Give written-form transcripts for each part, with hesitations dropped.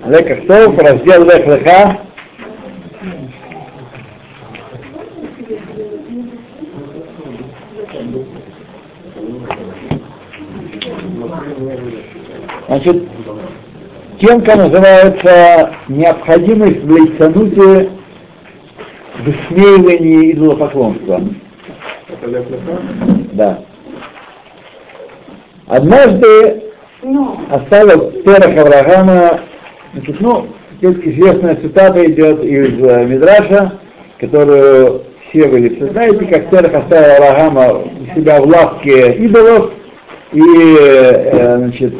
Леках Тов, раздел Лех Леха. Значит, темка называется «Необходимость в лейцануте высмеивания идолопоклонства». Да. Однажды оставил Терах Авраама, значит, здесь известная цитата идет из Мидраша, которую все вы знаете, как Терах оставил Авраама у себя в лавке идолов, и, значит,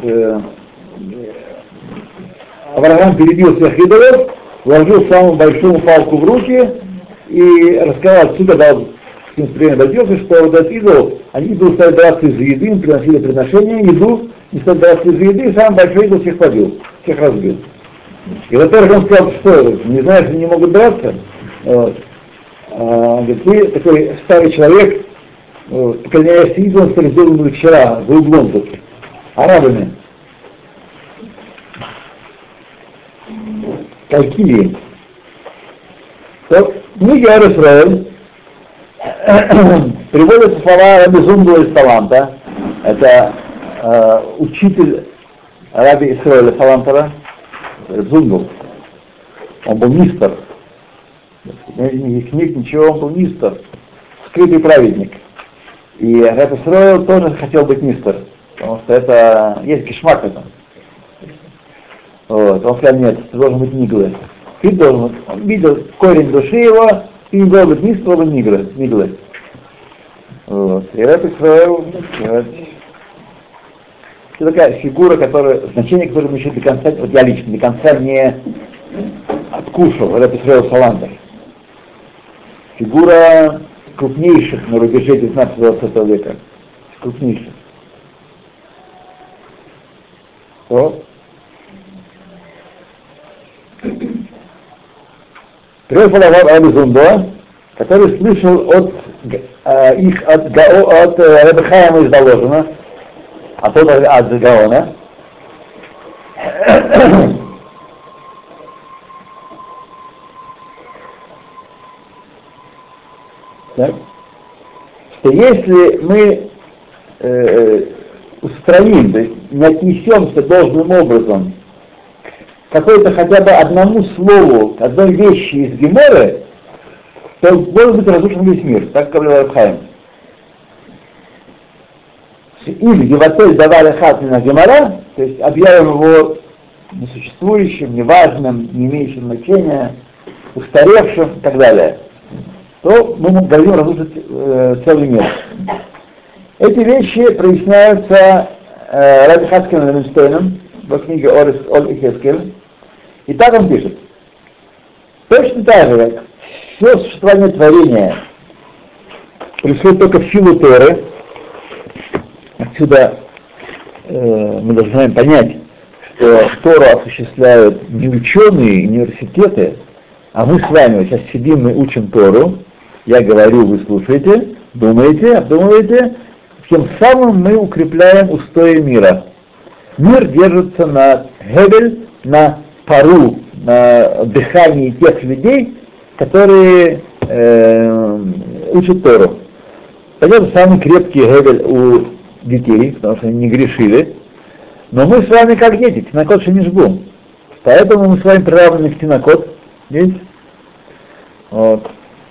Авраам перебил всех идолов, вложил самую большую палку в руки и рассказал отсюда, дал время добился, что вот этот идол, они идолы стали драться из-за еды, им приносили приношения, еду, и стали драться из-за еды, и самый большой идол всех побил, всех разбил. И во-первых, он сказал, что не знаешь, они не могут драться. Вот. Говорит, ты такой старый человек, поклоняешься идолам, которые сделаны вчера, за углом тут, арабами. Какие? То в книге Ор-Исраэль приводятся слова Раби Зундула из Таланта, это учитель Раби Исраэля Талантера, Зундул. Он был мистер. Никаких книг, ничего, он был мистер, скрытый праведник. И Раби Исраэль тоже хотел быть мистер, потому что это есть кишмак в этом. Вот. Он сказал, нет, ты должен быть Ниглы. Ты должен, он видел корень души его, ты не должен быть мистер, должен быть Ниглы. Вот. И Раби Исраэль, это такая фигура, значение которой мы еще до конца, вот я лично до конца не откушал, Раби Исраэль Салантер. Фигура крупнейших на рубеже 19-20 века. Крупнейших. Привел Раби Зундула, который слышал от Раби Хаима из Воложина, от Гаона, так, что если мы устраним, то есть не отнесемся должным образом к какой-то хотя бы одному слову, одной вещи из Геморы, то может быть разрушен весь мир, так говорил Рав Хаим. Или Геватель давали хат на Гемора, то есть объявим его несуществующим, неважным, не имеющим значения, устаревшим и так далее, то мы говорим разрушить целый мир. Эти вещи проясняются Раби Хаскиным Левинштейном в книге Оль Ихескель. И так он пишет. Точно так же, как все существование творения происходит только в силу Торы. Отсюда мы должны понять, что Тору осуществляют не ученые, не университеты, а мы с вами вот сейчас сидим и учим Тору. Я говорю, вы слушаете, думаете, обдумываете. Тем самым мы укрепляем устои мира. Мир держится на гевель, на пару, на дыхании тех людей, которые учат Тору. Понятно, самый крепкий гевель у детей, потому что они не грешили. Но мы с вами как дети, тинокот еще не жгу. Поэтому мы с вами приравнены к тинокот. Есть? Вот.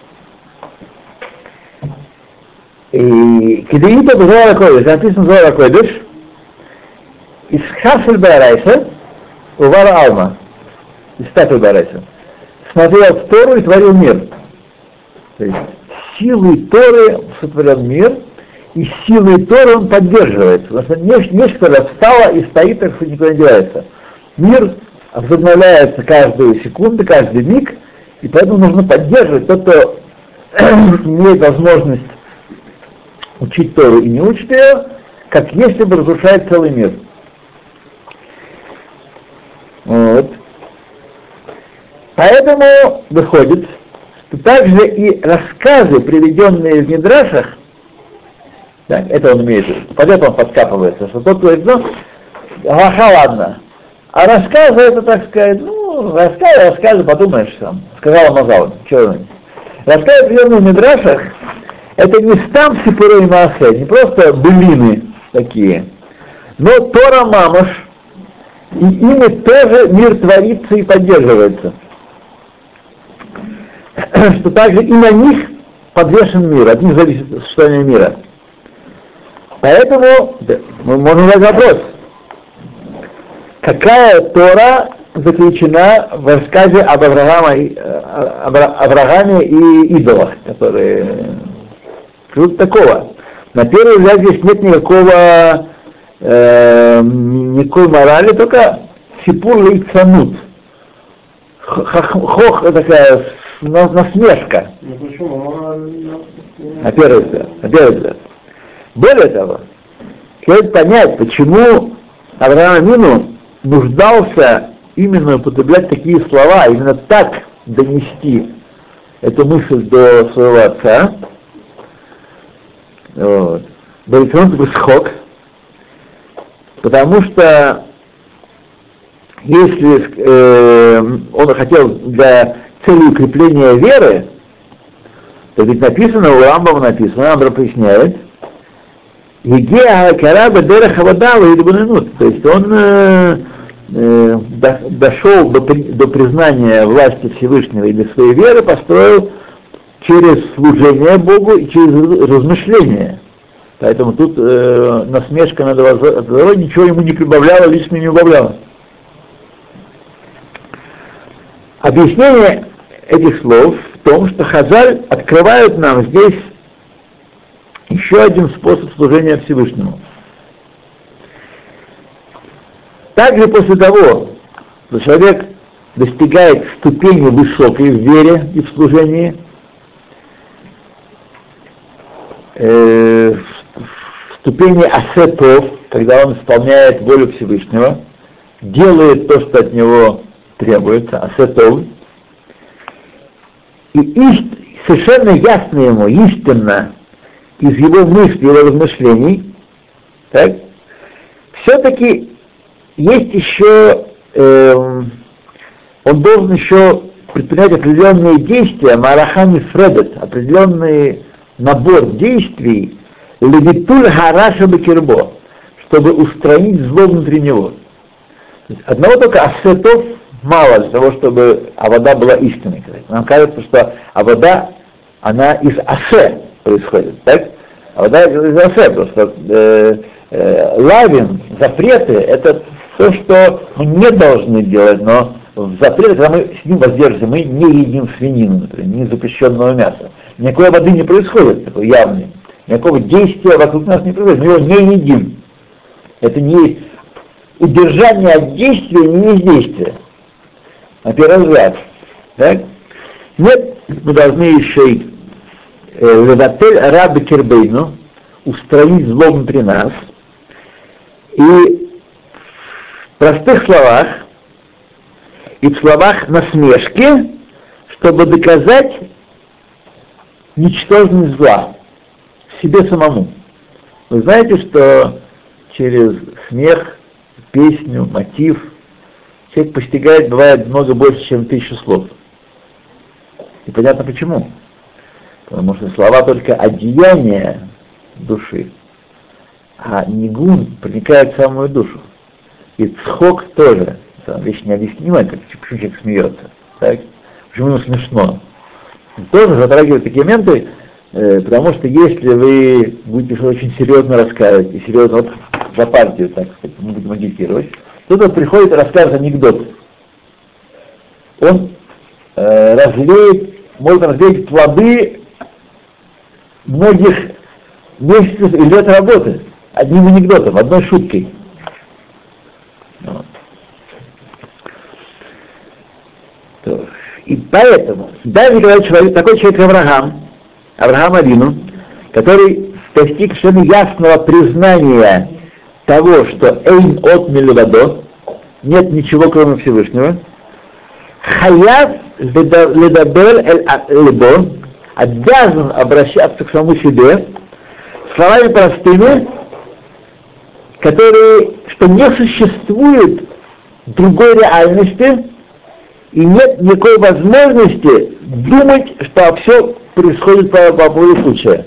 И кедеита Зоар ха-Койдеш, написано Зоар ха-Койдеш, из Хасель Барайса, Увара Алма, из Тафель Барайса, смотрел в Тору и творил мир. То есть силой Торы сотворен мир, и силой Торы он поддерживается. Потому что вещь, которая встала и стоит, так что никуда не девается. Мир возобновляется каждую секунду, каждый миг, и поэтому нужно поддерживать. Тот, кто имеет возможность учить Тору и не учит ее, как если бы разрушает целый мир. Вот. Поэтому выходит, что также и рассказы, приведенные в Мидрашах, так, это он имеет, под это он подкапывается, что тот говорит, ладно, А рассказы это, так сказать, рассказы, подумаешь сам. Сказала Мазал, черный. Рассказы, определенные в Мидрашах, это не стам Сипурей Маасе, не просто былины такие, но Тора Мамаш, и ими тоже мир творится и поддерживается. Что также и на них подвешен мир, от них зависит существование мира. Поэтому мы можем задать вопрос, какая Тора заключена в рассказе об Аврааме и идолах, которые... Что такого? На первый взгляд здесь нет никакой морали, только сипур лейцанут. Хох такая насмешка. На первый взгляд. Более того, следует понять, почему Авраам Авину нуждался именно употреблять такие слова, именно так донести эту мысль до своего отца. Вот. Потому что если он хотел для цели укрепления веры, то ведь написано, у Рамбама написано, Рамбам поясняет, то есть он дошел до признания власти Всевышнего и до своей веры, построил через служение Богу и через размышление. Поэтому тут насмешка над Авраамом ничего ему не прибавляла, лично не убавляла. Объяснение этих слов в том, что Хазаль открывают нам здесь еще один способ служения Всевышнему. Также после того, что человек достигает ступени высокой в вере и в служении, в ступени асетов, когда он исполняет волю Всевышнего, делает то, что от него требуется, асетов, и совершенно ясно ему, истинно, из его мыслей, его размышлений, так, все-таки есть еще, он должен еще предпринять определенные действия, марахани фредет, определенный набор действий, левитуль хараша бекирбо, чтобы устранить зло внутри него. Одного только асетов мало для того, чтобы авода была истинной. Нам кажется, что авода, она из асе происходит, так? Авода из асе, потому что лавин, запреты, это то, что мы не должны делать, но в запрете, когда мы сидим воздерживаемся, мы не едим свинину, например, не запрещенного мяса. Никакой воды не происходит, такой явный. Никакого действия вокруг нас не происходит, мы его не едим. Это не удержание от действия, не есть действие. На первый взгляд. Так? Нет, мы должны еще и леватель раби кирбейну, устранить зло внутри нас. И в простых словах, и в словах насмешки, чтобы доказать ничтожность зла себе самому. Вы знаете, что через смех, песню, мотив человек постигает, бывает, много больше, чем 1000 слов. И понятно почему. Потому что слова только одеяние души, а нигун проникает в самую душу. И цхок тоже. Это вещь необъяснимая, почему человек смеется. Так? Почему ему смешно. Он тоже затрагивает такие моменты, потому что если вы будете очень серьезно рассказывать, и серьезно вот за партию, так сказать, мы будем агитировать, кто-то приходит и рассказывает анекдот. Он может развеять плоды многих месяцев и лет работы одним анекдотом, одной шуткой. Вот. И поэтому, даже когда человек, такой человек Авраам Авину, который достиг совершенно ясного признания того, что эйн от милювадо, нет ничего кроме Всевышнего, хаяв ледабель эль-либо, обязан обращаться к самому себе словами простыми, которые, что не существует другой реальности, и нет никакой возможности думать, что все происходит по поводу случая.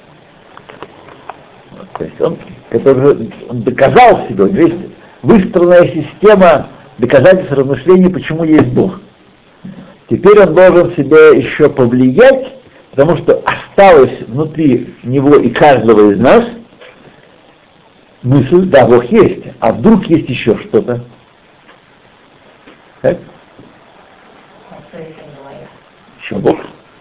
То есть он доказал себе, есть выстроенная система доказательств размышлений, почему есть Бог. Теперь он должен себе еще повлиять, потому что осталось внутри него и каждого из нас мысль, да, Бог есть, а вдруг есть еще что-то. Так? Еще Бог?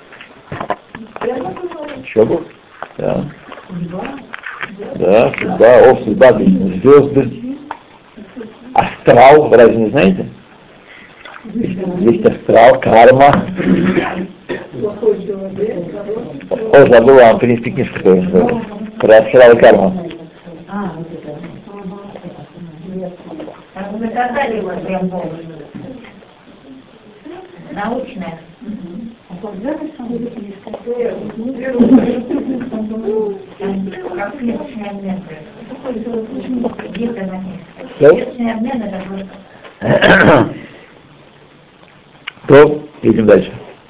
Еще Бог? Да. Да, судьба, судьба, звезды. Астрал, вы разве не знаете? Есть астрал, карма. О, забыла вам принести книжку про астрал и карму. Научная. То, идем дальше.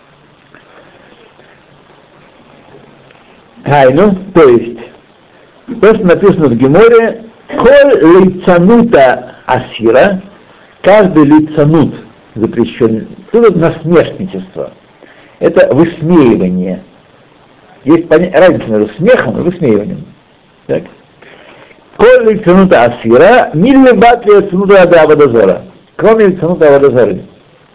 То есть, то, что написано в Геморе, коль лицанута асира, каждый лицанут запрещен, это насмешничество, это высмеивание. Есть разница между смехом и высмеиванием. Так? Коль лицанута асира, милли батли лицанута абадазора, кроме лицанута абадазоры.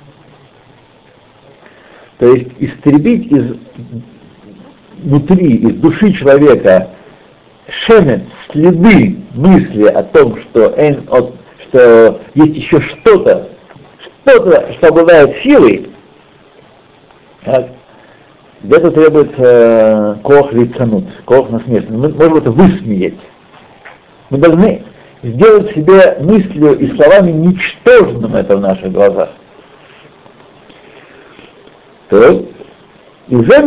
То есть истребить внутри, из души человека шемет, следы мысли о том, что есть еще что-то, что обладает силой, так, это требуется коах лицанут, коах насмешный. Мы можем это высмеять. Мы должны сделать себе мыслью и словами ничтожным это в наших глазах. Так. И это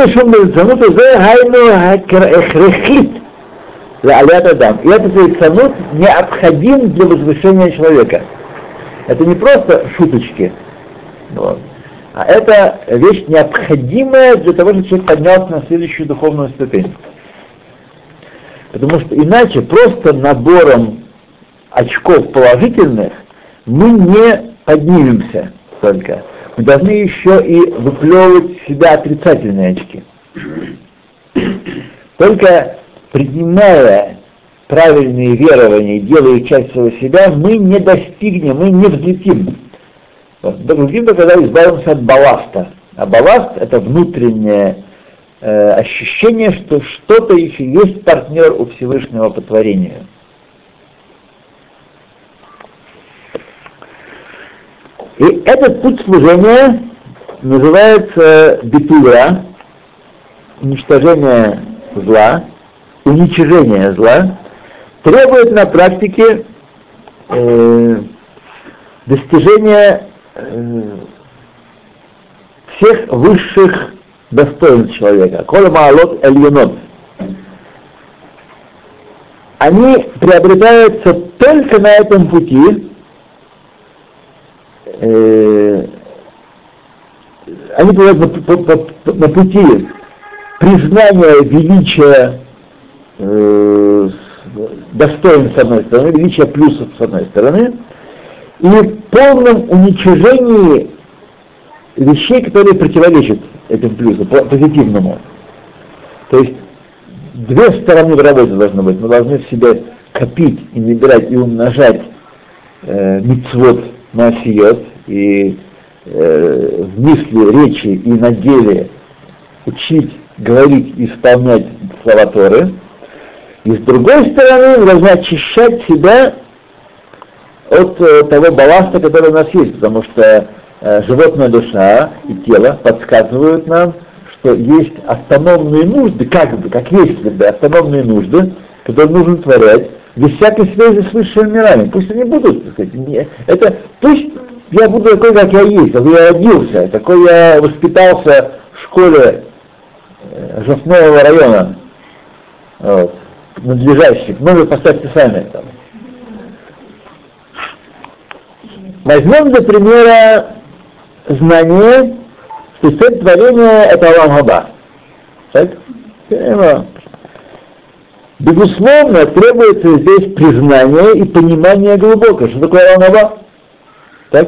лицанут необходим для возвышения человека. Это не просто шуточки, вот, а это вещь необходимая для того, чтобы человек поднялся на следующую духовную ступень. Потому что иначе просто набором очков положительных мы не поднимемся только. Мы должны еще и выплевывать в себя отрицательные очки. Только принимая правильные верования, делая часть своего себя, мы не достигнем, мы не взлетим. Взлетим только когда избавимся от балласта. А балласт — это внутреннее ощущение, что что-то еще есть партнер у Всевышнего по творению. И этот путь служения называется битура, уничтожение зла, уничижение зла, требует на практике достижения всех высших достоинств человека. Кола маалот эльюнот. Они приобретаются только на этом пути. Они приобретаются на пути признания величия достоинств с одной стороны, величия плюсов с одной стороны, и полном уничижении вещей, которые противоречат этим плюсам, позитивному. То есть две стороны в работе должны быть. Мы должны в себе копить и набирать и умножать мицвот маасиот, и в мысли, речи и на деле учить, говорить и исполнять слова Торы. И с другой стороны, мы должны очищать себя от того балласта, который у нас есть, потому что животная душа и тело подсказывают нам, что есть автономные нужды, как если бы автономные нужды, которые нужно творять, без всякой связи с высшими мирами. Пусть они будут, так сказать, пусть я буду такой, как я есть, какой я родился, какой я воспитался в школе Жовтнового района, вот, надлежащих. Вы поставьте сами там. Возьмем для примера знание, что цель творения это Олам Хаба. Так? Безусловно, требуется здесь признание и понимание глубокое, что такое Олам Хаба. Так?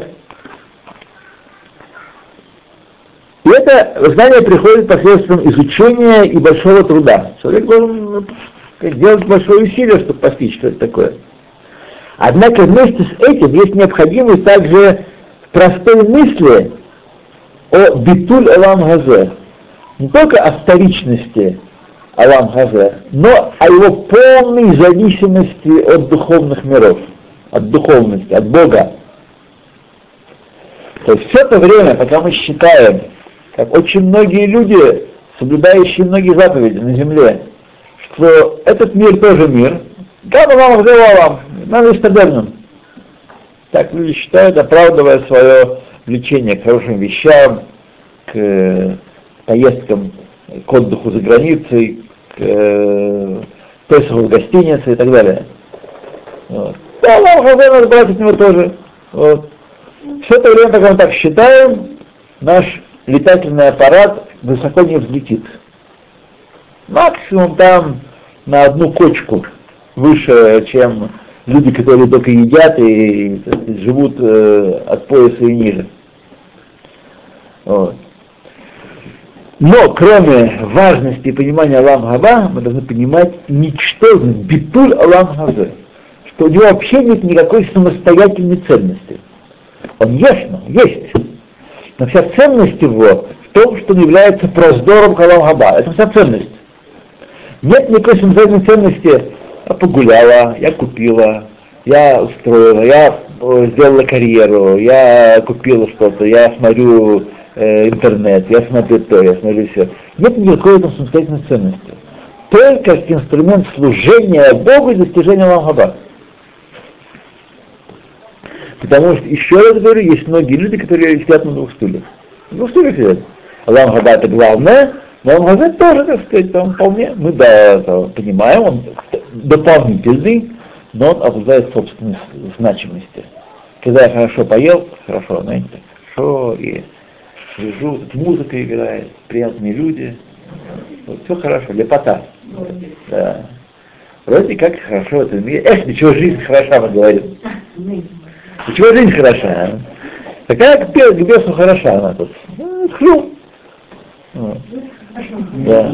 И это знание приходит посредством изучения и большого труда. Человек должен делать большое усилие, чтобы постичь, что это такое. Однако вместе с этим есть необходимость также простой мысли о битуль Олам Хазе. Не только о вторичности Олам Хазе, но о его полной зависимости от духовных миров, от духовности, от Бога. То есть все это время, пока мы считаем, как очень многие люди, соблюдающие многие заповеди на земле, что этот мир тоже мир, надо истаберным. Так люди считают, оправдывая свое влечение к хорошим вещам, к поездкам, к отдыху за границей, к Песаху в гостинице и так далее. Вот. Да, надо брать от него тоже. Вот. Все это время, пока мы так считаем, наш летательный аппарат высоко не взлетит. Максимум там на одну кочку выше, чем люди, которые только едят и живут от пояса и ниже. Вот. Но кроме важности и понимания Олам Хаба, мы должны понимать ничтожность, битуль Олам Хазе, что у него вообще нет никакой самостоятельной ценности. Он есть, но вся ценность его в том, что он является проздором Олам Хаба. Это вся ценность. Нет никакой самостоятельной ценности. Я погуляла, я купила, я устроила, я сделала карьеру, я купила что-то, я смотрю интернет, я смотрю то, я смотрю все. Нет никакой там самостоятельной ценности. Только как инструмент служения Богу и достижения Олам Хаба. Потому что, еще раз говорю, есть многие люди, которые сидят на двух стульях. На двух стульях сидят. Олам Хаба это главное, но Олам Хазе тоже, так сказать, там вполне, мы этого понимаем, он дополнительный, но он обладает собственной значимостью. Когда я хорошо поел, хорошо, знаете, хорошо, и лежу, тут музыка играет, приятные люди, вот, все хорошо, лепота. Да. Вроде как хорошо в этом мире. Для чего жизнь хороша, мы говорим. Для чего жизнь хороша? Такая к бесу хороша она тут. Хрю. Да.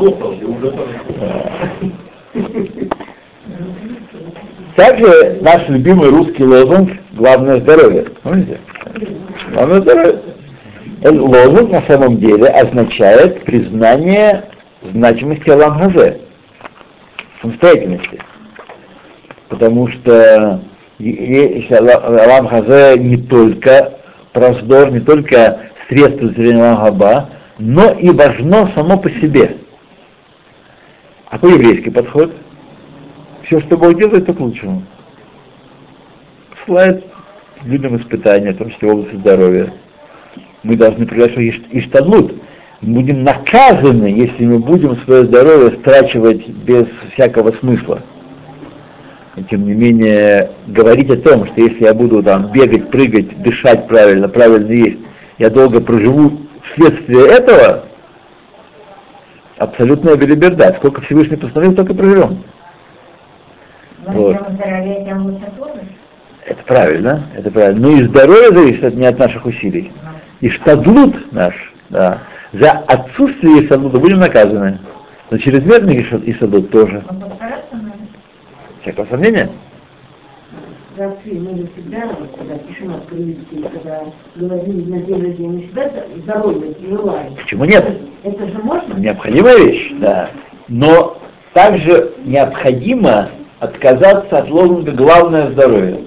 Также наш любимый русский лозунг «Главное здоровье». Помните? Главное здоровье. Этот лозунг на самом деле означает признание значимости Олам Хазе, самостоятельности. Потому что Олам Хазе не только проздор, не только средство достижения Олам Хаба, но и важно само по себе. Какой еврейский подход? Все, что Бог делает, то к лучшему. Посылает людям испытания, в том числе в области здоровья. Мы должны признать, что иштадлут. Мы будем наказаны, если мы будем свое здоровье страчивать без всякого смысла. И, тем не менее, говорить о том, что если я буду там бегать, прыгать, дышать правильно, правильно есть, я долго проживу вследствие этого, абсолютная белиберда. Сколько Всевышний постановил, только проживем. Вот. Это правильно, это правильно. Но и здоровье зависит не от наших усилий. И штадлут наш, да, за отсутствие ишадлута будем наказаны. Но чрезмерный ишадлут тоже. Всякого сомнения? Мы всегда, когда пишем открытие, когда говорим на день рождения, всегда здоровье желаем. Почему нет? Это же можно? Необходимая вещь, да. Но также необходимо отказаться от лозунга «главное здоровье».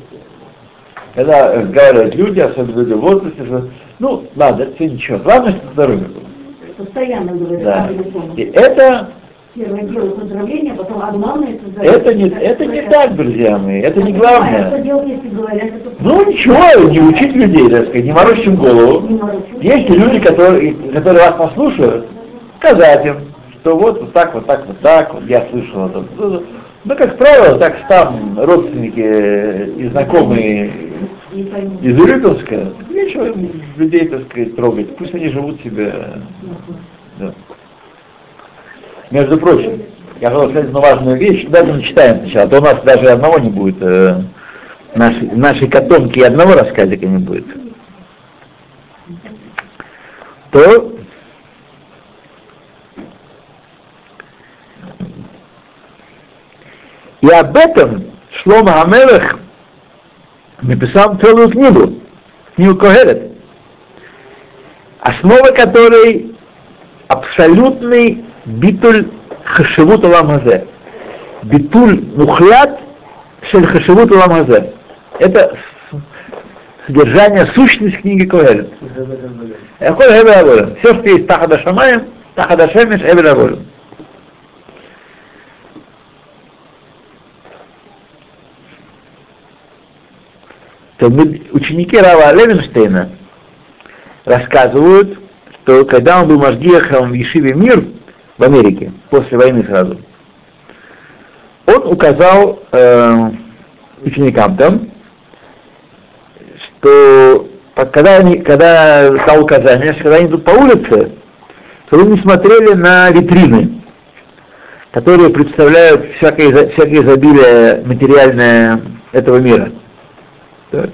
Когда говорят люди, особенно люди в возрасте, что ладно, это все ничего, главное, что здоровье было. Постоянно говорят. Да. И это... Первое дело поздравления, потом, а главное это здоровье. Это не так, друзья мои, это не главное. Что делать, если говорят, это... Ничего, не учить людей, так сказать, не морочим голову. Есть люди, которые вас послушают, сказать им, что вот так, я слышал это. Ну, как правило, так там родственники и знакомые Не пойму. Из Урюпинска? Нечего людей, так сказать, трогать. Пусть они живут себе. Да. Между прочим, я хотел сказать одну важную вещь. Давайте начитаем сначала. А то у нас даже одного не будет. Нашей котомки и одного рассказика не будет. То и об этом Шломо ха-Мелех написал целую книгу Когелет, основа которой абсолютный битуль хашивут олам хазе. Битуль мухлят шель хашивут олам хазе. Это содержание, сущность книги Когелет. Все, что есть Тахад ха-Шамаим, Тахад ха-Шемеш, Эвель ха-Голем. То ученики Рава Левинштейна рассказывают, что когда он был машгиахом в Ешиве Мир в Америке, после войны сразу, он указал ученикам там, что когда дал указание, что когда они идут по улице, то вы не смотрели на витрины, которые представляют всякое изобилие материальное этого мира. Так.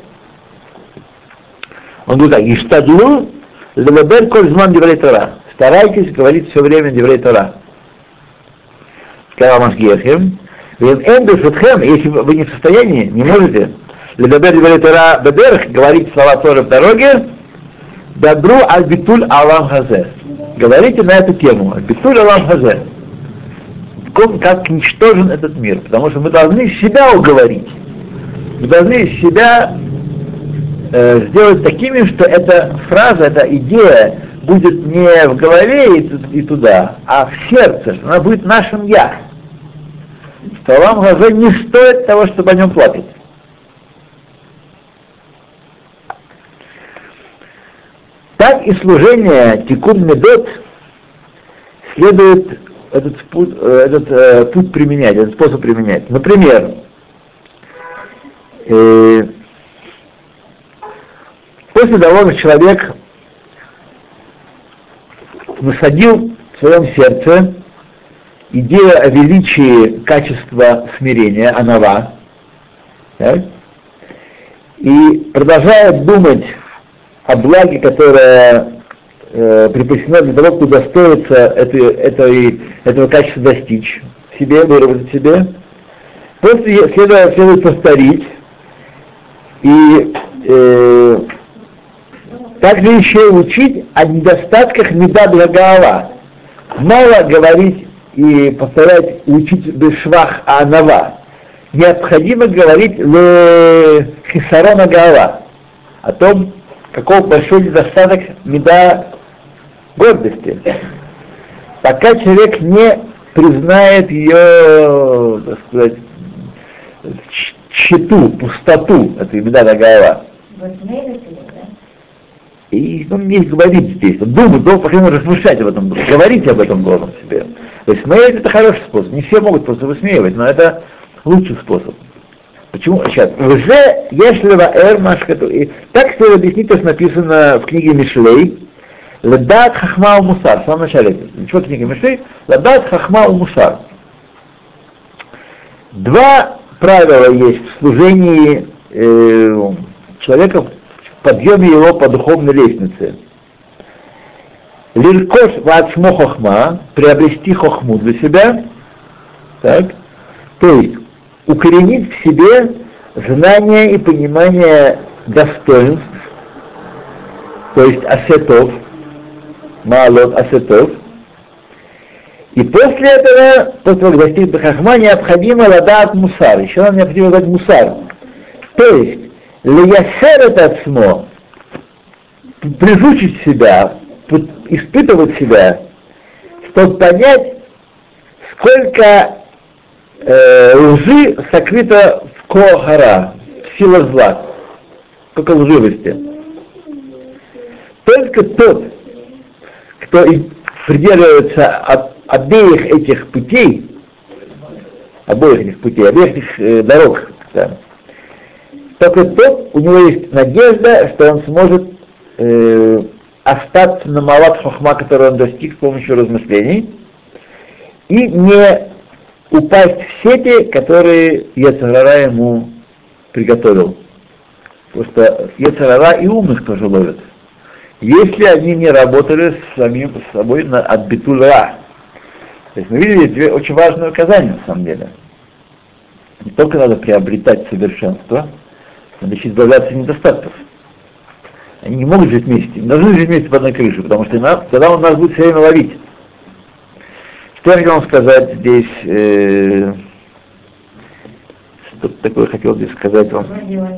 Он говорит так: «Иштадлу лелебер коль зман деврей Тора». Старайтесь говорить все время деврей Тора. Сказал Машгиахим: если вы не в состоянии, не можете, лелебер деврей Тора бедерх, говорить слова Торы в дороге, дабру аль-битуль алам хазе. Говорите на эту тему, аль-битуль алам хазе. Как ничтожен этот мир, потому что мы должны себя уговорить. Мы должны себя сделать такими, что эта фраза, эта идея будет не в голове и туда, а в сердце, что она будет нашим «я». Что вам глаза не стоит того, чтобы о нем плакать. Так и служение Тикун Медот следует этот путь применять, этот способ применять. Например, после того, как человек насадил в своем сердце идею о величии качества смирения, анава, так, и продолжает думать о благе, которое припасено для того, чтобы удостоиться этого качества достичь в себе, выработать в себе, после следует повторить и также еще учить о недостатках меда благоала. Мало говорить и повторять, учить бешвах анава. Необходимо говорить хисарона гаала, о том, каков большой недостаток меда гордости. Пока человек не признает ее, так сказать, тщету, пустоту этой меда гаала. И не говорить здесь, думать, должен, по крайней мере, размышлять об этом, говорить об этом должен себе. То есть смеять — это хороший способ, не все могут просто высмеивать, но это лучший способ. Почему? Сейчас. Уже если так стоит объяснить, то, что написано в книге Мишлей, «Ладат хахма у-мусар», в самом начале. Ничего книги Мишлей, «Ладат хахма у-мусар». Два правила есть в служении человека, в подъеме его по духовной лестнице. Лиркош ваацмо хохма, приобрести хохму для себя, так, то есть укоренить в себе знание и понимание достоинств, то есть асетов, маалот асетов, и после этого, после того, как достиг до хохма, необходимо ладат мусар, еще нам необходимо дать мусар, то есть лиясер это отсмо, прижучить себя, испытывать себя, чтобы понять, сколько лжи сокрыто в коахара, в силах зла, сколько лживости. Только тот, кто придерживается обеих этих путей, обеих этих дорог, да, только тот, у него есть надежда, что он сможет остаться на малат хохма, который он достиг с помощью размышлений, и не упасть в сети, которые Йецер Гара ему приготовил. Потому что Йецер Гара и умных тоже ловят. Если они не работали с самим собой от битуль ра. То есть мы видели две очень важные указания на самом деле. Не только надо приобретать совершенство, надо еще избавляться от недостатков. Они не могут жить вместе, не должны жить вместе под одной крышей, потому что тогда он нас будет все время ловить. Что я хотел вам сказать здесь, что-то такое хотел здесь сказать вам.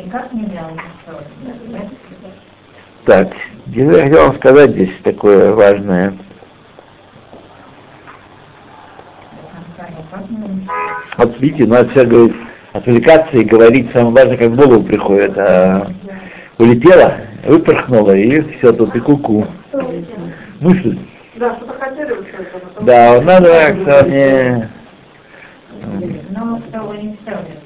Так, я хотел вам сказать здесь такое важное. Вот видите, надо все говорить, отвлекаться и говорить самое важное, как в голову приходит. А улетела, выпорхнула, и все, тут и ку-ку. Мысль. Да, что-то хотели вы что-то. Да, надо как-то не... Но что вы не ставили?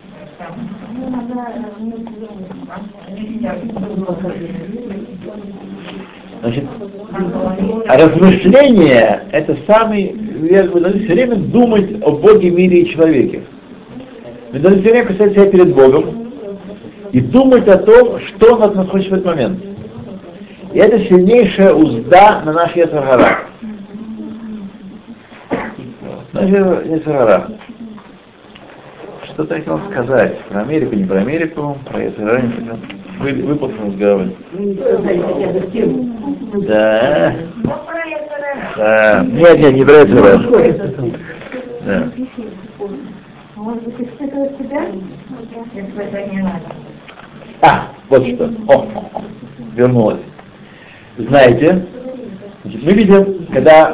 Значит, размышление — это самый... Вы должны все время думать о Боге, мире и человеке. Вы должны все время представить себя перед Богом и думать о том, что он от нас хочет в этот момент. И это сильнейшая узда на наш Йецер Гара. Йецер Гара. Что-то я хотел сказать. Про Америку, не про Америку, про Йецер Гара, не про... Выпустим из головы. Да. Да. Нет, не про Йецер Гара. Да. Может быть, испытывать себя? Испытывать не надо. Вот что. Вернулась. Знаете, значит, мы видим,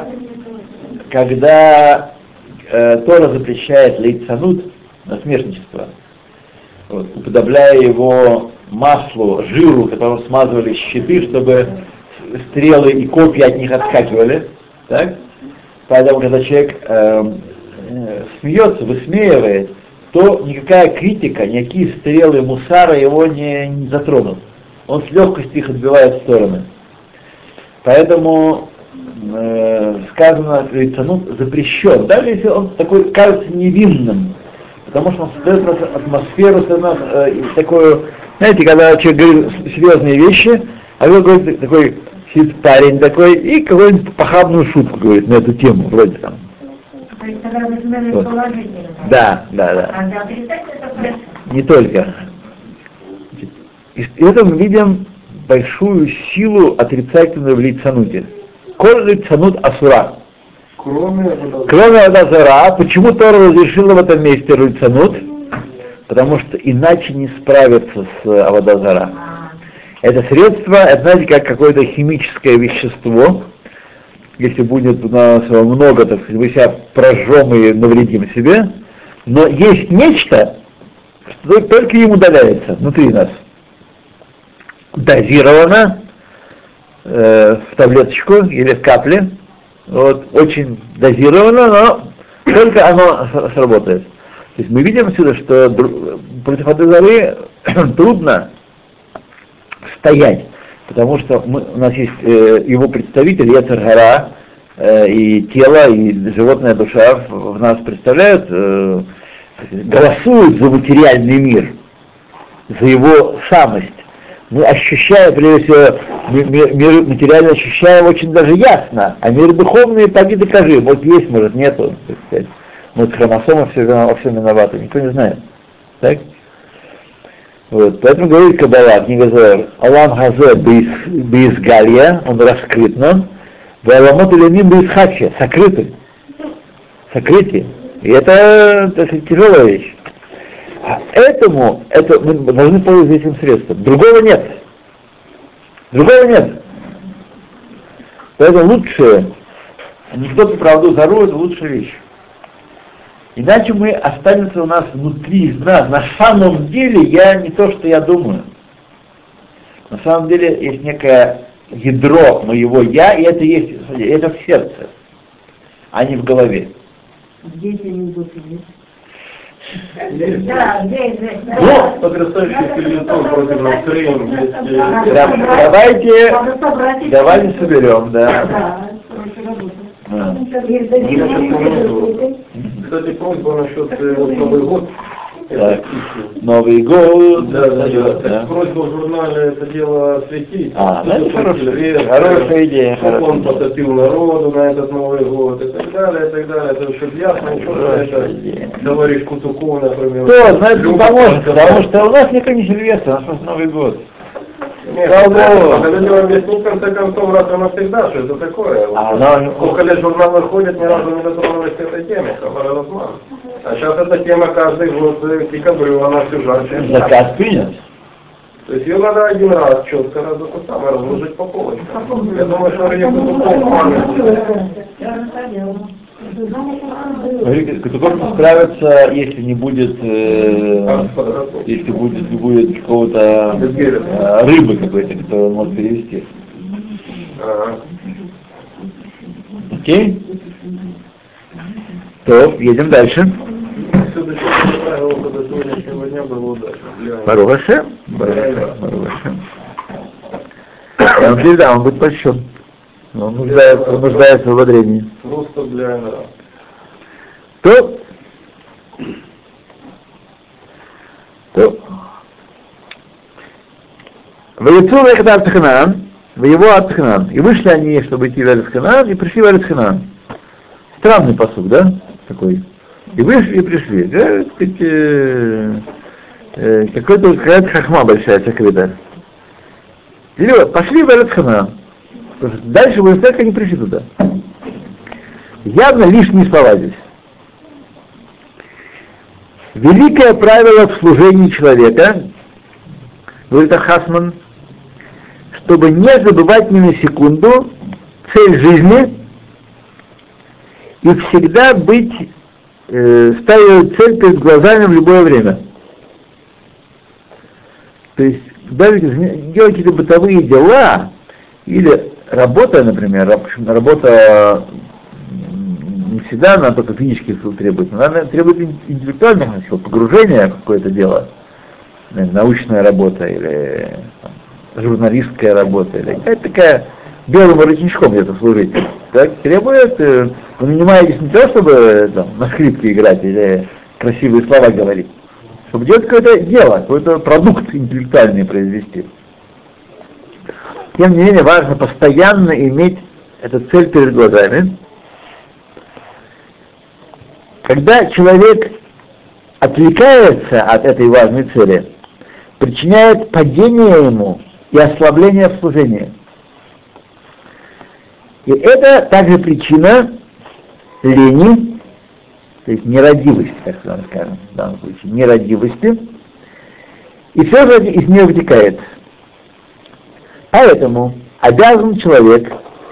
когда Тора запрещает лейцанут, насмешничество, уподобляя его маслу, жиру, которым смазывали щиты, чтобы стрелы и копья от них отскакивали, так? Поэтому, когда человек смеется, высмеивает, то никакая критика, никакие стрелы мусара его не затронут. Он с легкостью их отбивает в стороны. Поэтому сказано, лейцанут запрещен, даже если он такой кажется невинным, потому что он создает атмосферу, такую, знаете, когда человек говорит серьезные вещи, а он говорит такой, сидит парень такой, и какую-нибудь похабную шутку говорит на эту тему, вроде там. То есть, когда вы сказали вот. Положительно. Да. А для отрицательного это хорошо. Не только. И это мы видим большую силу отрицательную в лейцануте. Коль лейцанут асура. Кроме Аводазара, почему Тора разрешила в этом месте лейцанут? Потому что иначе не справиться с Аводазара. Это средство, это, знаете, как какое-то химическое вещество. Если будет у нас много, так сказать, мы себя прожжем и навредим себе. Но есть нечто, что только ему удаляется внутри нас. Дозировано в таблеточку или в капле. Очень дозировано, но только оно сработает. То есть мы видим отсюда, что против Аводазары трудно стоять, потому что у нас есть его представитель, Йецер Гара, и тело, и животная душа в нас представляют, голосуют за материальный мир, за его самость. Мы ощущаем, прежде всего, мир материально ощущаем очень даже ясно, а мир духовный поди докажи, может есть, может нету, так сказать. Может хромосома во всем виновата, никто не знает. Так? Поэтому говорит Каббала, книга Зоар, Алам Хазе Бейсгалья, он раскрыт нам, Валамот Иляним Бейсхача, сокрытый. И это тяжелая вещь. А это мы должны пользоваться этим средством. Другого нет. Поэтому лучшее, анекдоты правду зару, это лучшая вещь. Иначе мы останемся у нас внутри нас. На самом деле я не то, что я думаю. На самом деле есть некое ядро моего я, и это в сердце, а не в голове. Где эти анекдоты есть? Да, здесь. Но потрясающий фельетон против настроения есть. Давайте соберем, да. Да, короче, Кстати, просьба насчет Новый год. Так. Новый год. Да. Просьба в журнале это дело осветить. Это хорошая идея. Он потопил народу на этот Новый год и так далее, и так далее. Это чтобы ясно, что это товарищ Кутуков, например. Кто, знаете, не поможет, потому что у нас никто не Сильвестр, у нас просто Новый год. Когда дело объяснить, в конце концов, раз и навсегда, что это такое. Сколько лет журнал выходит, ни разу не дотронулись к этой теме, Хабар-Ратман. А сейчас эта тема каждый год к декабрю, она все жарче. Заказ принят. То есть ее надо один раз четко разложить по полочкам. Я думаю, что ее Кутуков справится, если не будет, если будет какого-то рыбы какой-то, которую он может перевести. Окей? То, едем дальше. Барух Ашем. Я вам передам, он будет прощен. Он нуждается в ободрении. Просто для... То Ваяцу Вехат Ацханан, в его Ацханан. И вышли они, чтобы идти в Ацханан, и пришли в Ацханан. Странный посуд, да? Такой. И вышли, и пришли. Да, какая-то хахма большая сокрыта. Или вот, пошли в Ацханан. Дальше будет так, как они пришли туда. Явно лишние слова здесь. Великое правило в служении человека, говорит Ахасман, чтобы не забывать ни на секунду цель жизни и всегда быть, ставить цель перед глазами в любое время. То есть, даже делать какие-то бытовые дела, или работа, например, работа не всегда она только физических сил требует, но она требует интеллектуальных сил, погружения в какое-то дело, научная работа или журналистская работа, или какая-то такая белым воротничком где-то служить. Так, требует, вы нанимаетесь не то, чтобы на скрипке играть или красивые слова говорить, чтобы делать какое-то дело, какой-то продукт интеллектуальный произвести. Тем не менее, важно постоянно иметь эту цель перед глазами. Когда человек отвлекается от этой важной цели, причиняет падение ему и ослабление в служении. И это также причина лени, то есть нерадивости, так скажем, в данном случае, нерадивости, и все же из нее вытекает. Поэтому обязан человек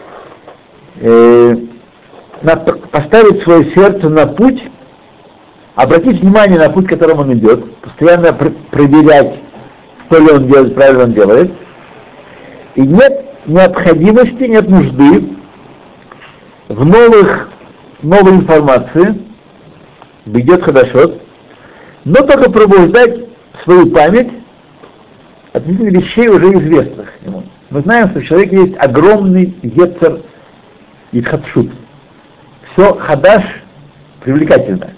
поставить свое сердце на путь, обратить внимание на путь, которым он идет, постоянно проверять, что ли он делает, правильно он делает. И нет необходимости, нет нужды в новой информации, идет хадашот, но только пробуждать свою память относительно вещей, уже известных ему. Мы знаем, что в человеке есть огромный ецер итхадшут. Все хадаш привлекательно.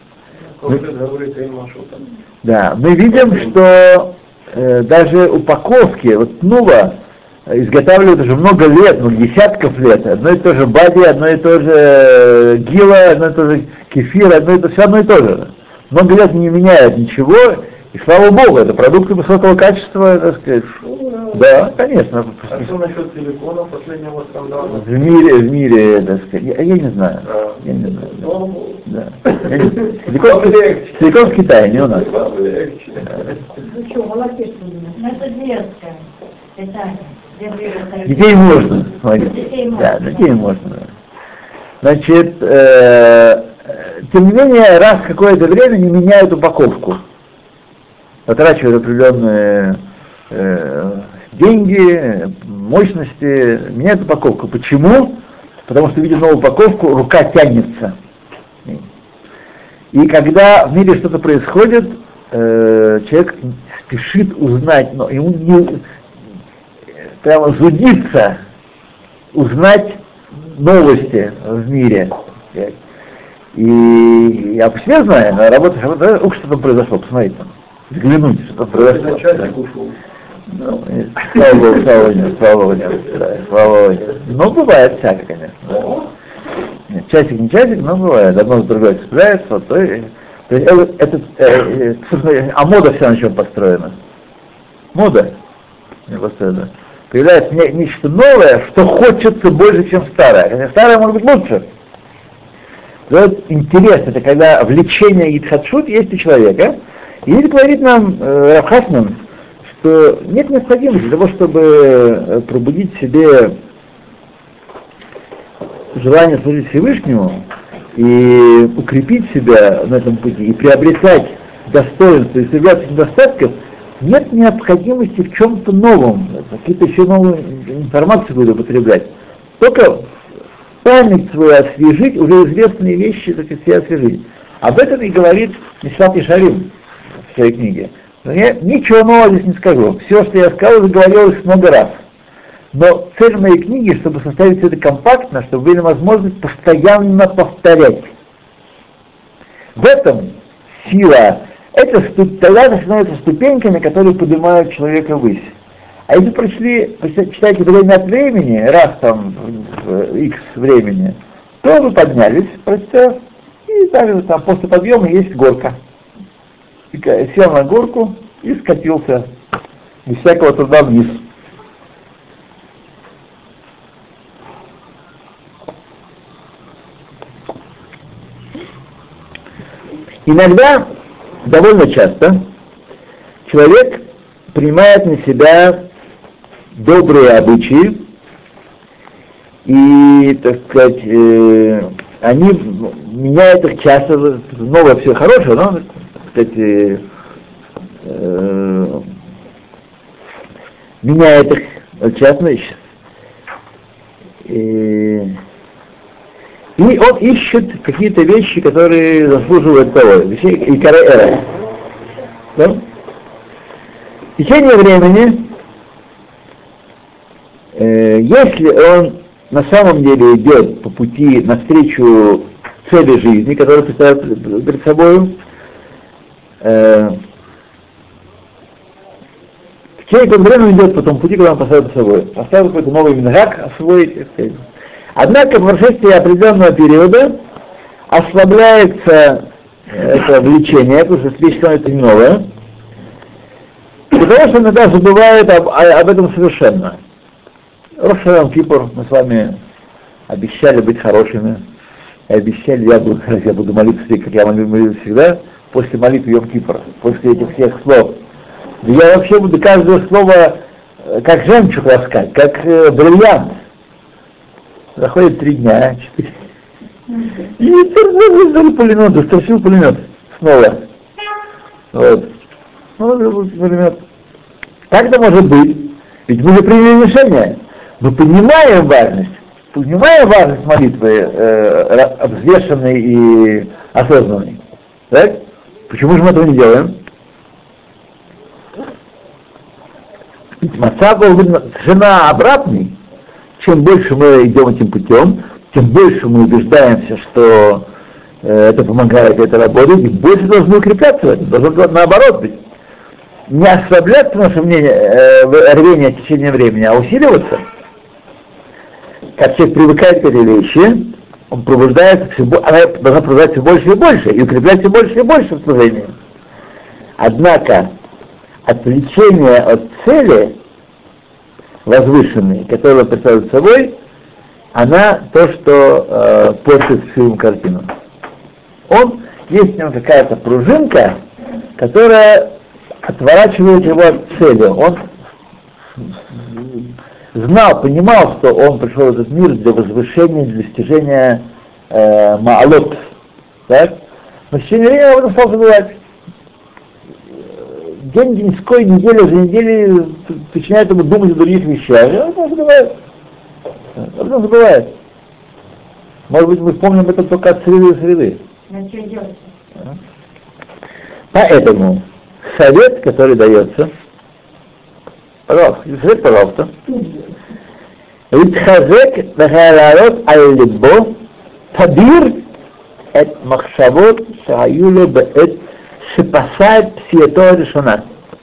Да, мы видим, что даже упаковки, вот Тнува изготавливают уже много лет, десятков лет, одно и то же бади, одно и то же гила, одно и то же кефир, все одно и то же. Много лет не меняют ничего, и слава Богу, это продукты высокого качества, так сказать. Да, конечно. А что насчет силикона последнего скандала? В мире, так сказать, я не знаю. Я не знаю. Да. Силикон в Китае, не у нас. Ну что, молодец. Это детское питание. Детей можно. Да, детей можно. Значит, тем не менее, раз в какое-то время не меняют упаковку. Потрачивают определенные деньги, мощности, меняют упаковку. Почему? Потому что, видя новую упаковку, рука тянется. И когда в мире что-то происходит, человек спешит узнать, но ему не прямо зудится узнать новости в мире. И я по себе знаю, на работе, что там произошло, посмотрите там, взглянуть, что там произошло. Ну, слава Богу. Ну, бывает всякое, конечно. Нет, часик не часик, но бывает. Одно с другой цепляется, а мода вся на чем построена? Мода. Появляется нечто новое, что хочется больше, чем старое. Хотя старое может быть лучше. Вот интересно, это когда влечение Ицхадшут есть у человека. И здесь говорит нам Рав Хасман, что нет необходимости для того, чтобы пробудить в себе желание служить Всевышнему и укрепить себя на этом пути, и приобретать достоинство, и избавляться от недостатков, нет необходимости в чем-то новом, какие-то еще новые информации буду употреблять. Только память свою освежить, уже известные вещи, так сказать, все освежить. Об этом и говорит Мишпат Ешарим в своей книге. Но я ничего нового здесь не скажу. Все, что я сказал, уже говорилось много раз. Но цель моей книги, чтобы составить все это компактно, чтобы были возможность постоянно повторять. В этом сила. Это тогда становятся ступеньками, которые поднимают человека ввысь. А если читаете время от времени, раз там в X времени, то вы поднялись, прочитав, и также там после подъема есть горка. И сел на горку и скатился без всякого труда вниз. Иногда, довольно часто, человек принимает на себя добрые обычаи, и, так сказать, они меняют их часто, новое все хорошее, но, так сказать, меняет их часто. И он ищет какие-то вещи, которые заслуживают того, вещи и караэра. Да? В течение времени, если он на самом деле идет по пути навстречу цели жизни, которую представляет перед собой, в течение какого времени идет по тому пути, когда он поставил перед собой, поставил какой-то новый мингак освоить, однако в прошествии определенного периода ослабляется это влечение, потому что вещь становится не новая, потому что иногда забывает об этом совершенно. Рош Йом Кипур, мы с вами обещали быть хорошими, и обещали, я буду молиться, как я молюсь всегда, после молитвы Йом Кипура, после этих всех слов. Я вообще буду каждое слово как жемчуг ласкать, как бриллиант. Проходит 3 дня, 4. И пулемет, застрочил пулемет. Снова. Вот. Снова пулемет. Как это может быть? Ведь мы же приняли решение. Мы понимаем важность молитвы, обвешанной и осознанной. Так? Почему же мы этого не делаем? Ведь Мацав был совершенно обратный. Чем больше мы идем этим путем, тем больше мы убеждаемся, что это помогает, это работает, и больше должны укрепляться в этом, должно наоборот быть. Не ослабляться наше рвение в течение времени, а усиливаться. Как человек привыкает к этой вещи, он пробуждается, она должна пробуждаться все больше и больше, и укреплять все больше и больше в служении. Однако, отвлечение от цели возвышенной, которую представляет собой, она то, что портит всю картину. Есть в нем какая-то пружинка, которая отворачивает его от цели. Он понимал, что он пришел в этот мир для возвышения, для достижения маалот. Так? Но в течение времени об этом стал забывать. День-деньской, неделя за неделей начинает ему думать о других вещах, и он забывает. Может быть, мы вспомним это только от среды до среды. Поэтому совет, который дается, пожалуйста, Литхазек вахаларот аль-либо табир эт махшавот шаюле бэт шипасает псието решена.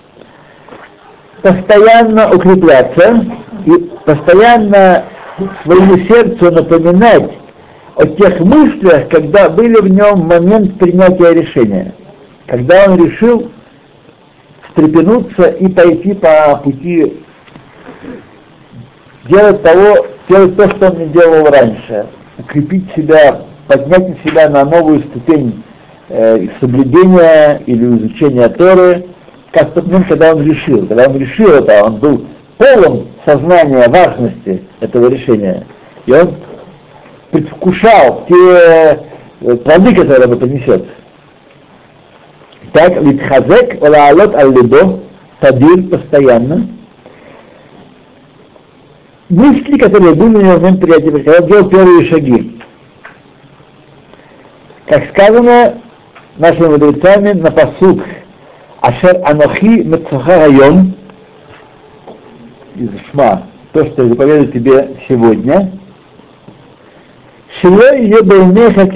Постоянно укрепляться и постоянно своему сердцу напоминать о тех мыслях, когда были в нем момент принятия решения, когда он решил встрепенуться и пойти по пути, делать то, что он не делал раньше, укрепить себя, поднять себя на новую ступень соблюдения или изучения Торы, как в тот момент, когда он решил. Когда он решил это, он был полон сознания важности этого решения. И он предвкушал те плоды, которые это принесет. Так, литхазек валаалот аль-либо, табир постоянно. Мысли, которые были на момент принятия, когда он делал первые шаги. Как сказано нашими мудрецами на пасук Ашер Анохи Мецаха Район из Шма, то, что я заповедую тебе сегодня, Шило ее бейнеха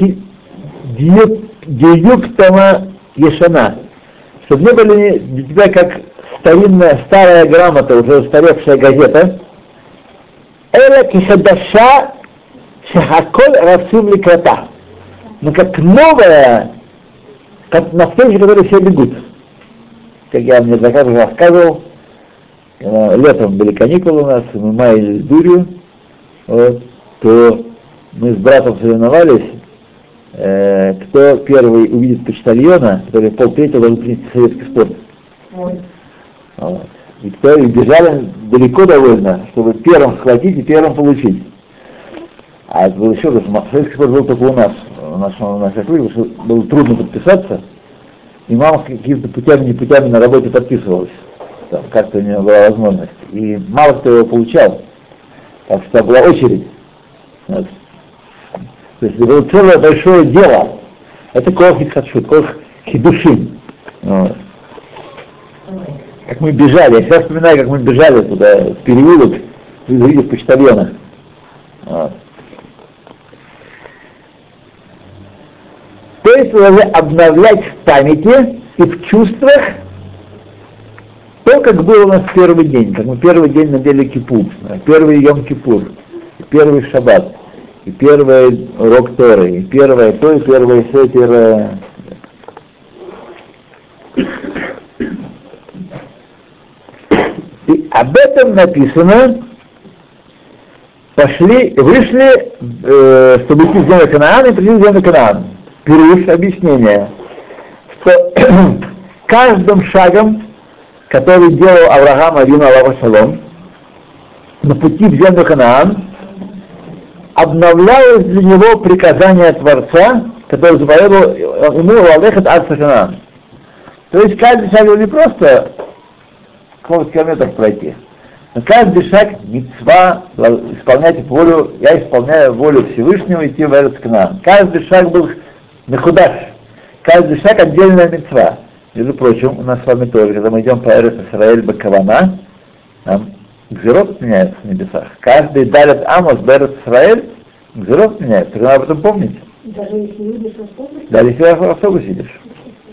диюк тама ешана, чтобы не были для тебя как старая грамота, уже устаревшая газета, эла кихадаша шахаколь расум ликрата, но как новая, как навстречу, которой все бегут. Как я мне рассказывал, летом были каникулы у нас, мы маялись дурью, вот, то мы с братом соревновались, кто первый увидит почтальона, который полтретьего должен принести советский спорт. Вот. И кто бежали далеко довольно, чтобы первым схватить и первым получить. А это было еще, потому что советский спорт был только у нас. У наших людей было трудно подписаться, и мама какими-то путями на работе подписывалась. Там как-то у нее была возможность. И мало кто его получал. Так что была очередь. Вот. То есть это было целое большое дело. Это коах хидшут, коах хидушим. Вот. Как мы бежали, я всегда вспоминаю, как мы бежали туда, в переулок, увидев почтальона. Вот. То есть должны обновлять в памяти и в чувствах то, как было у нас в первый день, как мы первый день надели кипур, первый Йом-Кипур, первый Шаббат, и первый урок Торы, и первое то, и первое все, и первое... И об этом написано, вышли, чтобы идти в землю Канаана, и пришли в землю Канаана. Пируш, объяснение, что каждым шагом, который делал Авраам Авину алейхи шалом на пути в землю Ханаан, обновлялось для него приказание Творца, который заповедовал ему Алехат ад-Ханаан. То есть каждый шаг не просто сколько километров пройти, но каждый шаг мицва, исполнять волю, я исполняю волю Всевышнего идти в Эрец Кнаан. Каждый шаг был мехудаш, каждый шаг отдельная мицва. Между прочим, у нас с вами тоже, когда мы идем по Эрец Исраэль Бакавана, там гзирот меняется в небесах. Каждый далит Амос в Эрец Исраэль, гзирот меняется. Вы об этом помните? Даже если едешь в автобусе? Даже если в автобусе сидишь.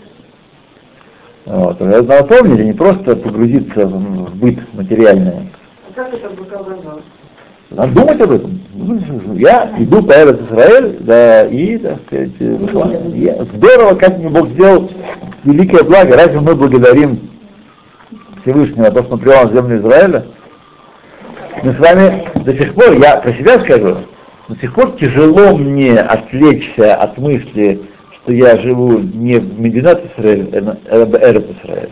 Вот. Это надо помнить, а не просто погрузиться в быт материальный. А как это Бакавана? Надо думать об этом. Я иду по Эрец Исраэль, да, и, так сказать, здорово, как мне Бог сделал великое благо. Разве мы благодарим Всевышнего за то, что он привел нас в землю Израиля? Мы с вами до сих пор, я про себя скажу, до сих пор тяжело мне отвлечься от мысли, что я живу не в Мединат Исраэль, а в Эрец Исраэль.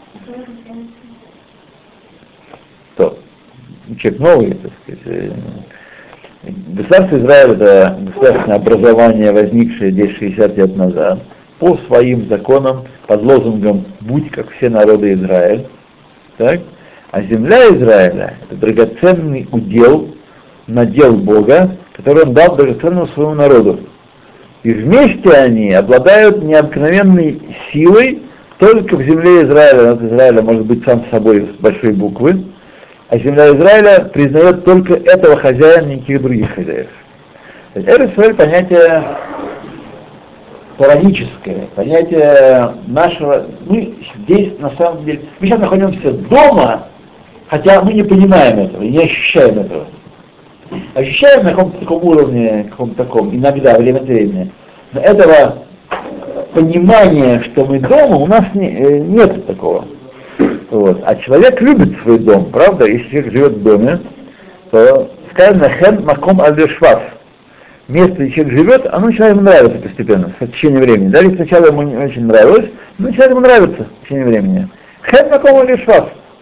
Что? Человек новый, так сказать. Государство Израиль — это государственное образование, возникшее здесь 60 лет назад, по своим законам, под лозунгом «Будь как все народы Израиля». Так? А земля Израиля — это драгоценный удел, надел Бога, который он дал драгоценному своему народу. И вместе они обладают необыкновенной силой только в земле Израиля. Народ Израиля может быть сам собой с большой буквы, а земля Израиля признает только этого хозяина, никаких других хозяев. Эрец-Исраэль понятие тораническое, понятие нашего. Мы здесь, на самом деле, мы сейчас находимся дома, хотя мы не понимаем этого, не ощущаем этого. Ощущаем на каком-то таком уровне, каком-то таком, иногда, время от времени. Но этого понимания, что мы дома, у нас нет такого. Вот. А человек любит свой дом, правда? Если человек живет в доме, то сказано «хэн маком аль-швас». Место, где человек живет, оно начинает ему нравиться постепенно, в течение времени. Даже если сначала ему не очень нравилось, но начинает ему нравиться в течение времени. «Хэн маком аль-швас».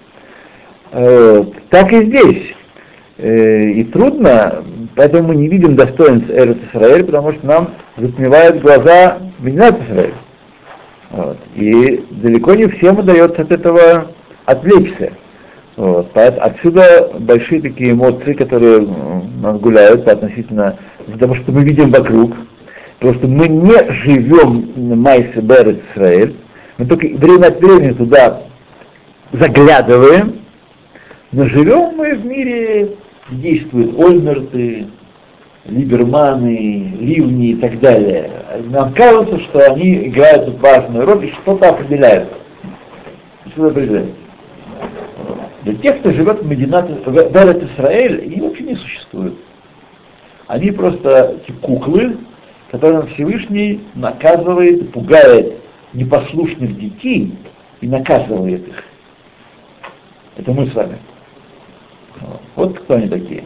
Так и здесь. И трудно, поэтому мы не видим достоинств Эрец-Исраэль, потому что нам затмевают глаза Мединат Исраэль. Вот. И далеко не всем удается от этого отвлечься. Вот. Отсюда большие такие эмоции, которые нас гуляют относительно того, что мы видим вокруг. Потому что мы не живем на Майсе Эрец-Исраэль, мы только время от времени туда заглядываем, но живем мы в мире, действуют Ольмерты, Либерманы, Ливни и так далее. Нам кажется, что они играют тут важную роль и что-то определяют. Что-то определяет. Для тех, кто живет в Эрец-Исраэль, они вообще не существуют. Они просто те куклы, которым Всевышний наказывает, пугает непослушных детей и наказывает их. Это мы с вами. Вот кто они такие.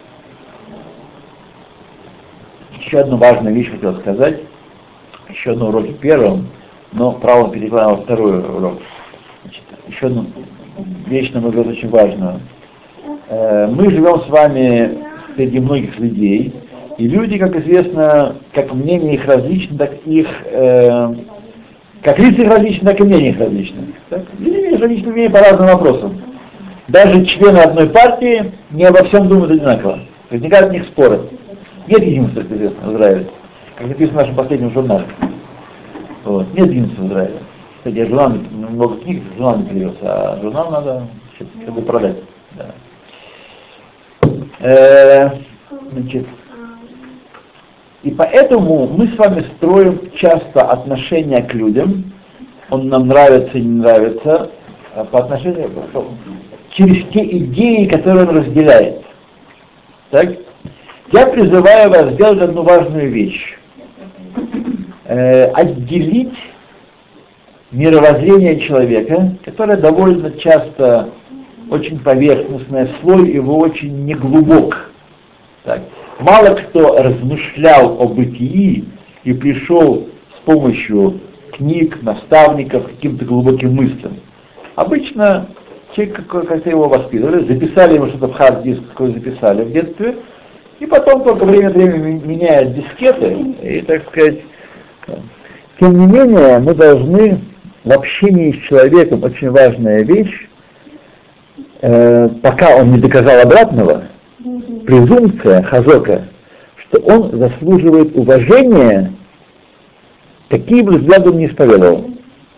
Еще одну важную вещь хотел сказать. Еще одну уроке первом, но право перекладываем во второй урок. Значит, еще одну вещь, на мой взгляд, очень важную. Мы живем с вами среди многих людей, и люди, как известно, как мнения их различны, так их как лица их различны, так и мнения их различны. Люди различны мнения по разным вопросам. Даже члены одной партии не обо всем думают одинаково. Возникают у них споры. Нет единства, как известно, в Израиле. Как написано в нашем последнем журнале. Вот. Нет единства в Израиле. Кстати, я журнал, много книг, журнал не появился, а журнал надо чтобы продать. Да. Значит, и поэтому мы с вами строим часто отношения к людям, он нам нравится и не нравится, по отношению через те идеи, которые он разделяет. Так? Я призываю вас сделать одну важную вещь. Отделить мировоззрение человека, которое довольно часто очень поверхностное, слой его очень неглубок. Так. Мало кто размышлял о бытии и пришел с помощью книг, наставников к каким-то глубоким мыслям. Обычно человек, как-то его воспитывали, записали ему что-то в хард-диск, какое записали в детстве, и потом только время от времени меняют дискеты, и, так сказать, тем не менее, мы должны в общении с человеком, очень важная вещь, пока он не доказал обратного, презумпция хазока, что он заслуживает уважения, какие бы взгляды он не исповедовал.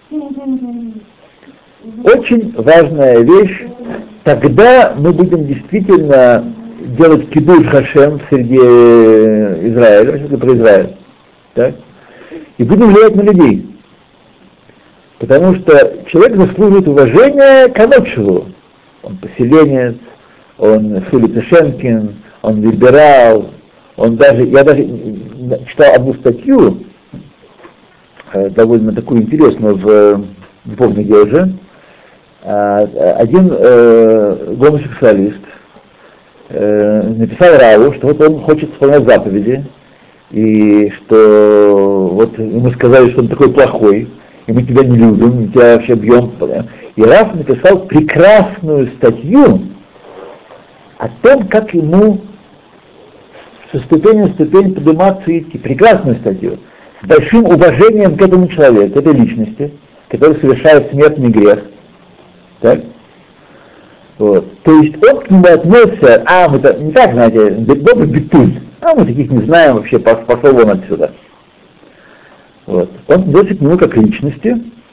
Очень важная вещь, тогда мы будем действительно делать кидуш Хашем среди Израиля, это про Израиль, так? И будем влиять на людей. Потому что человек заслуживает уважения к Анотшеву. Он поселенец, он Филиппешенкин, он либерал, я даже читал одну статью, довольно такую интересную, не помню где уже, один гомосексуалист написал Раву, что вот он хочет исполнять заповеди, и что вот ему сказали, что он такой плохой, и мы тебя не любим, мы тебя вообще бьем. И Рав написал прекрасную статью о том, как ему со ступени на ступень подниматься и идти. Прекрасную статью. С большим уважением к этому человеку, к этой личности, который совершает смертный грех. Так? Вот. То есть он к нему относится, мы не так, знаете, добрый битуль, мы таких не знаем вообще, пошел вон отсюда. Вот. Он относится к нему как к личности,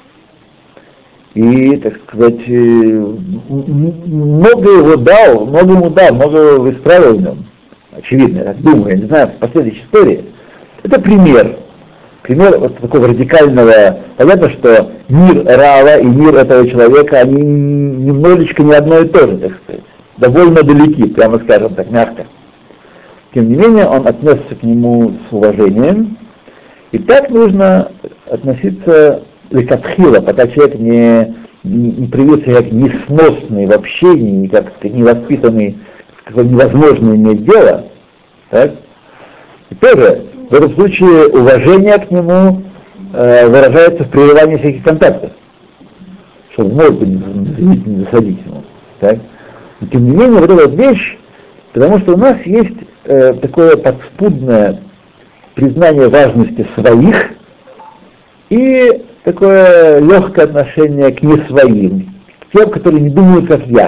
и, так сказать, много ему дал, много исправил в нем. Очевидно, я так думаю, я не знаю, в последующей истории. Это пример вот такого радикального. Понятно, что мир Рава и мир этого человека, они немножечко не одно и то же, так сказать. Довольно далеки, прямо скажем так, мягко. Тем не менее, он относится к нему с уважением, и так нужно относиться лекатхила, пока человек не проявился как несносный в общении, как невоспитанный, с какой невозможно иметь дело, так? И тоже в этом случае уважение к нему выражается в прерывании всяких контактов, чтобы морду не засадить ему. Так? Но тем не менее, вот эта вот вещь, потому что у нас есть такое подспудное признание важности своих и такое легкое отношение к не своим, к тем, которые не думают, как я.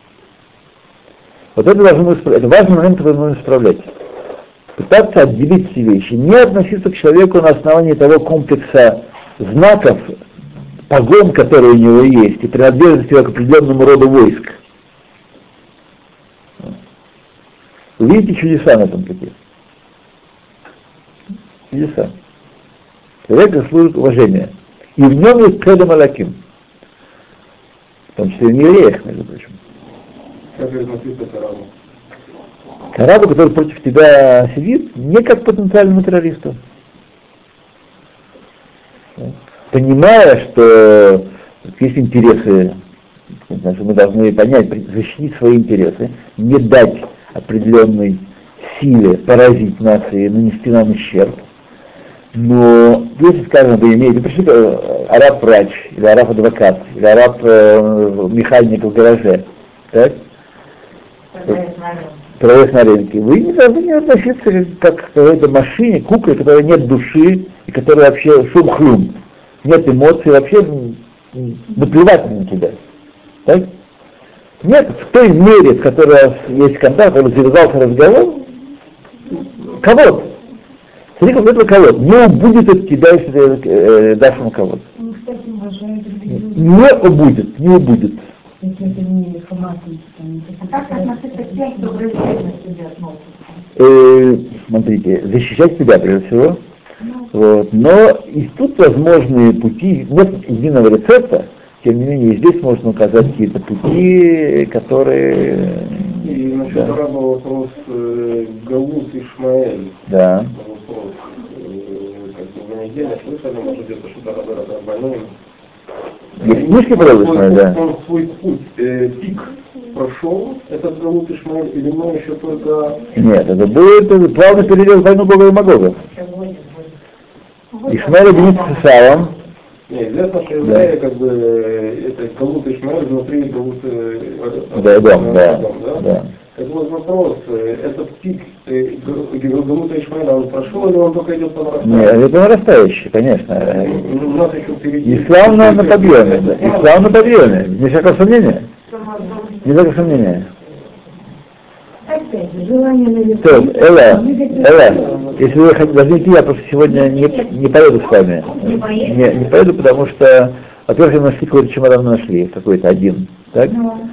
Вот это важный момент, который нужно исправлять. Пытаться отделить все вещи, не относиться к человеку на основании того комплекса знаков, погон, которые у него есть, и принадлежности к определенному роду войск. Вы видите чудеса на этом пути. Чудеса. Человек заслужит уважения. И в нем есть кедом алаким. В том числе и в евреях, между прочим. Как же относиться к арабу? К арабу, который против тебя сидит, не как потенциальному террористу. Понимая, что есть интересы, значит, мы должны понять, защитить свои интересы, не дать определенной силе поразить нас и нанести нам ущерб. Но если, скажем, вы имеете, пришли араб-врач, или араб-адвокат, или араб-механик в гараже, так? Продавец на рынке. Вы не должны не относиться как к какой-то машине, кукле, которой нет души, и которая вообще шум-хлюм. Нет эмоций, вообще наплевать на тебя. Так? Нет, в той мере, в которой есть контакт, когда завязался разговор, кого-то. Смотри, как это кого-то. Не убудет от тебя, если ты дашь ему кого-то. Не убудет. Если это не информация, а как относиться к тем, кто вредит на себя относится? Смотрите, защищать себя прежде всего. Вот. Но и тут возможные пути, нет единого рецепта, тем не менее здесь можно указать какие-то пути, которые... И насчет араба вопрос Галут Ишмаэль. Да. Вопрос, как бы вы неделя слышали, может где-то что-то Рабаним. Есть книжки про Ишмаэль, да? Он свой путь, пик прошел, этот Галут Ишмаэль, или мы еще только... Нет, это будет плавный перейдет в войну Гога и Магога. Ишмаэль объединится с Исавом. Нет, известно, что евреи, как бы, это Галут Ишмаэль внутри Галут... Да. Это вот вопрос, этот пик Галута Ишмаэля, он прошел или он только идет по нарастающей? Нет, это нарастающий, конечно. У нас еще впереди. Ислам на подъеме, да. Ислам на подъеме, не всякого сомнения. Не всякого сомнения. То, Элла, если вы должны идти, я просто сегодня не поеду с вами. Не поеду, потому что, во-первых, мы нашли какой-то чемодан, нашли, какой-то один, так?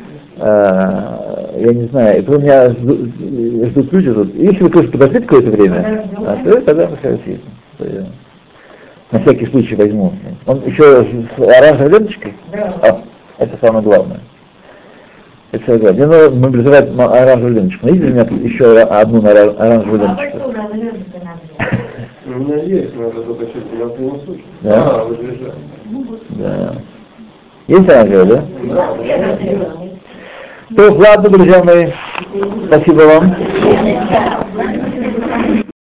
Я не знаю, это у меня ждут люди тут. Если вы, конечно, подождите какое-то время, то тогда мы съездим. На всякий случай возьму. Он еще с оранжевой ленточкой? Да. Это самое главное. Это самое главное. Мне надо мобилизовать оранжевую ленточку. Найдите у меня еще одну оранжевую ленточку. У меня есть, но это только сейчас я принесу. Да? Выезжаю. Да. Есть оранжевая, да? Да. То, ладно, друзья мои, спасибо вам.